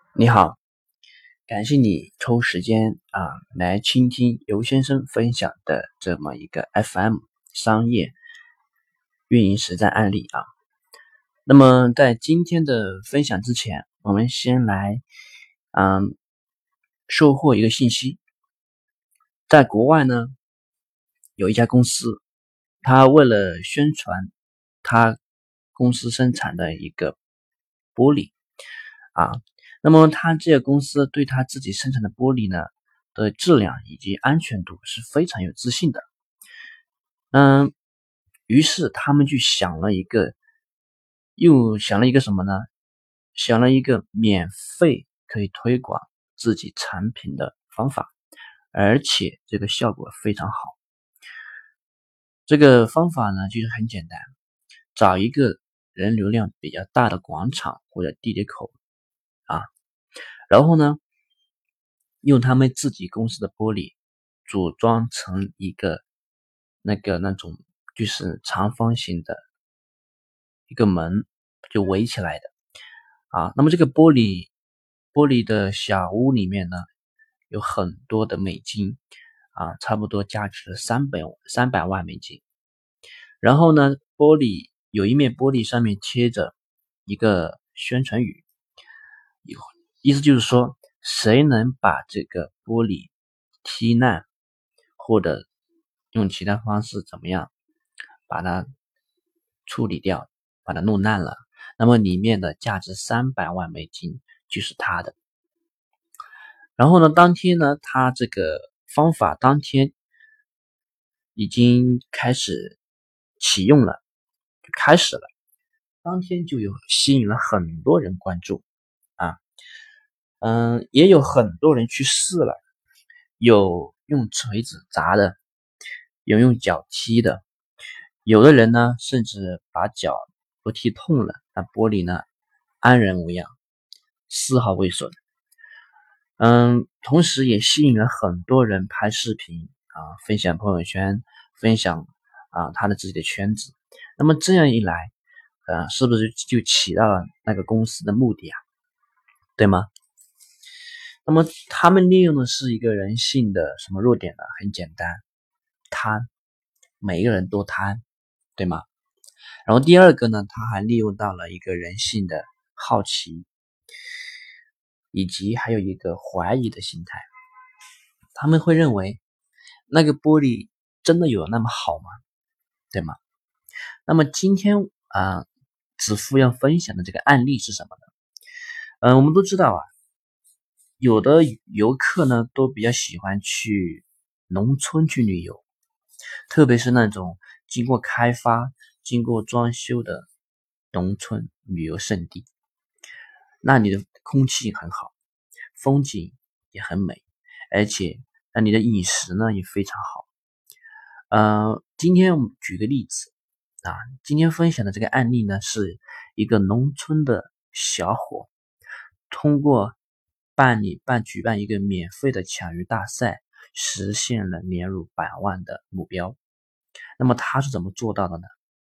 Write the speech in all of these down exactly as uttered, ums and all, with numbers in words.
你好，感谢你抽时间啊来倾听尤先生分享的这么一个 F M 商业运营实战案例啊。那么在今天的分享之前，我们先来嗯收获一个信息。在国外呢，有一家公司，它为了宣传它公司生产的一个玻璃啊。那么他这个公司对他自己生产的玻璃呢的质量以及安全度是非常有自信的。嗯，于是他们就想了一个，又想了一个什么呢？想了一个免费可以推广自己产品的方法，而且这个效果非常好。这个方法呢就是很简单，找一个人流量比较大的广场或者地铁口啊。然后呢，用他们自己公司的玻璃组装成一个那个那种就是长方形的一个门，就围起来的啊。那么这个玻璃玻璃的小屋里面呢，有很多的美金啊，差不多价值三百三百万美金。然后呢，玻璃有一面玻璃上面贴着一个宣传语，意思就是说，谁能把这个玻璃踢烂，或者用其他方式怎么样把它处理掉，把它弄烂了，那么里面的价值三百万美金就是他的。然后呢，当天呢，他这个方法当天已经开始启用了，就开始了，当天就有吸引了很多人关注啊。嗯，也有很多人去试了，有用锤子砸的，有用脚踢的，有的人呢甚至把脚都踢痛了，那玻璃呢安然无恙，丝毫未损。嗯，同时也吸引了很多人拍视频啊，分享朋友圈，分享啊他的自己的圈子。那么这样一来，呃，是不是就起到了那个公司的目的啊？对吗？那么他们利用的是一个人性的什么弱点呢？很简单，贪，每一个人都贪，对吗？然后第二个呢，他还利用到了一个人性的好奇，以及还有一个怀疑的心态。他们会认为那个玻璃真的有那么好吗？对吗？那么今天啊，子父要分享的这个案例是什么呢？嗯、呃，我们都知道啊，有的游客呢都比较喜欢去农村去旅游，特别是那种经过开发、经过装修的农村旅游胜地，那里的空气很好，风景也很美，而且那里的饮食呢也非常好。呃，今天我们举个例子啊，今天分享的这个案例呢，是一个农村的小伙通过办理办举办一个免费的抢鱼大赛，实现了年入百万的目标。那么他是怎么做到的呢？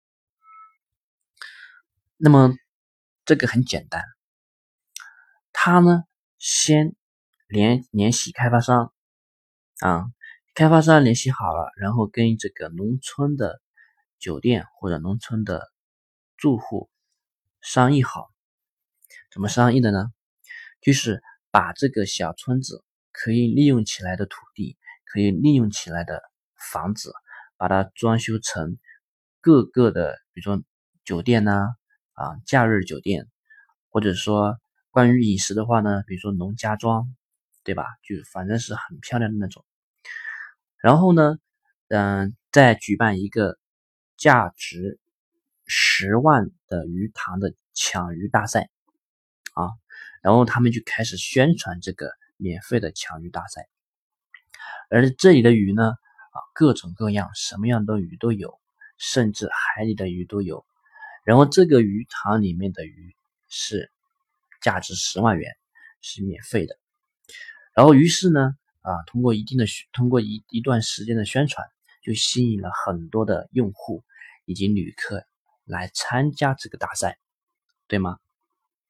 那么这个很简单，他呢先联联系开发商啊，开发商联系好了，然后跟这个农村的酒店或者农村的住户商议好，怎么商议的呢？就是把这个小村子可以利用起来的土地，可以利用起来的房子，把它装修成各个的，比如说酒店呐、啊，啊，假日酒店，或者说关于饮食的话呢，比如说农家庄，对吧？就反正是很漂亮的那种。然后呢，嗯，再举办一个价值十万的鱼塘的抢鱼大赛啊，然后他们就开始宣传这个免费的抢鱼大赛。而这里的鱼呢，啊，各种各样，什么样的鱼都有，甚至海里的鱼都有。然后这个鱼塘里面的鱼是价值十万元，是免费的。然后于是呢，啊，通过一定的通过一一段时间的宣传，就吸引了很多的用户以及旅客来参加这个大赛，对吗？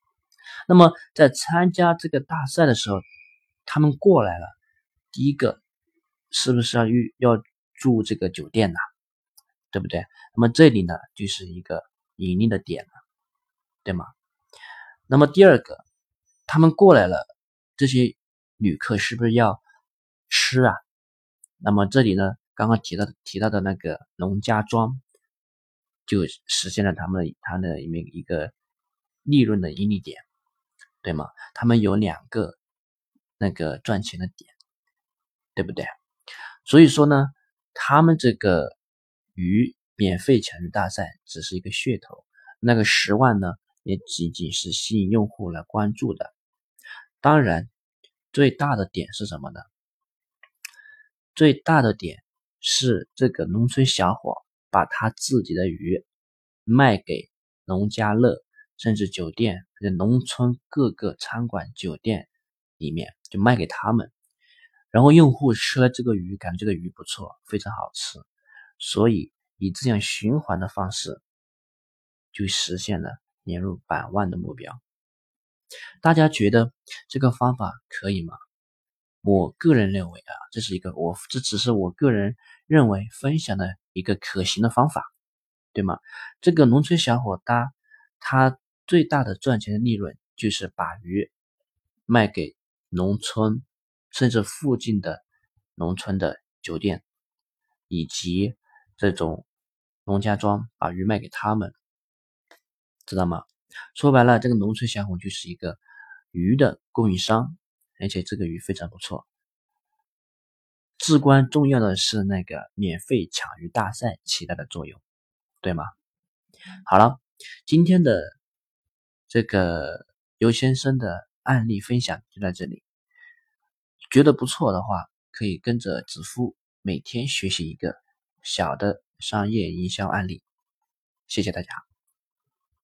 那么在参加这个大赛的时候，他们过来了，第一个是不是要预要住这个酒店呢？对不对？那么这里呢就是一个盈利的点了，对吗？那么第二个，他们过来了，这些旅客是不是要吃啊？那么这里呢，刚刚提到提到的那个农家庄，就实现了他们他的一个利润的盈利点，对吗？他们有两个那个赚钱的点，对不对？所以说呢，他们这个鱼免费抢鱼大赛只是一个噱头，那个十万呢，也仅仅是吸引用户来关注的。当然，最大的点是什么呢？最大的点是这个农村小伙把他自己的鱼卖给农家乐，甚至酒店，农村各个餐馆、酒店里面就卖给他们。然后用户吃了这个鱼，感觉这个鱼不错，非常好吃，所以以这样循环的方式，就实现了年入百万的目标。大家觉得这个方法可以吗？我个人认为啊，这是一个我这只是我个人认为分享的一个可行的方法，对吗？这个农村小伙他他最大的赚钱的利润就是把鱼卖给农村甚至附近的农村的酒店以及这种农家庄，把鱼卖给他们，知道吗？说白了，这个农村小伙就是一个鱼的供应商，而且这个鱼非常不错。至关重要的是那个免费抢鱼大赛起到的作用，对吗？好了，今天的这个尤先生的案例分享就在这里。觉得不错的话，可以跟着子夫每天学习一个小的商业营销案例。谢谢大家。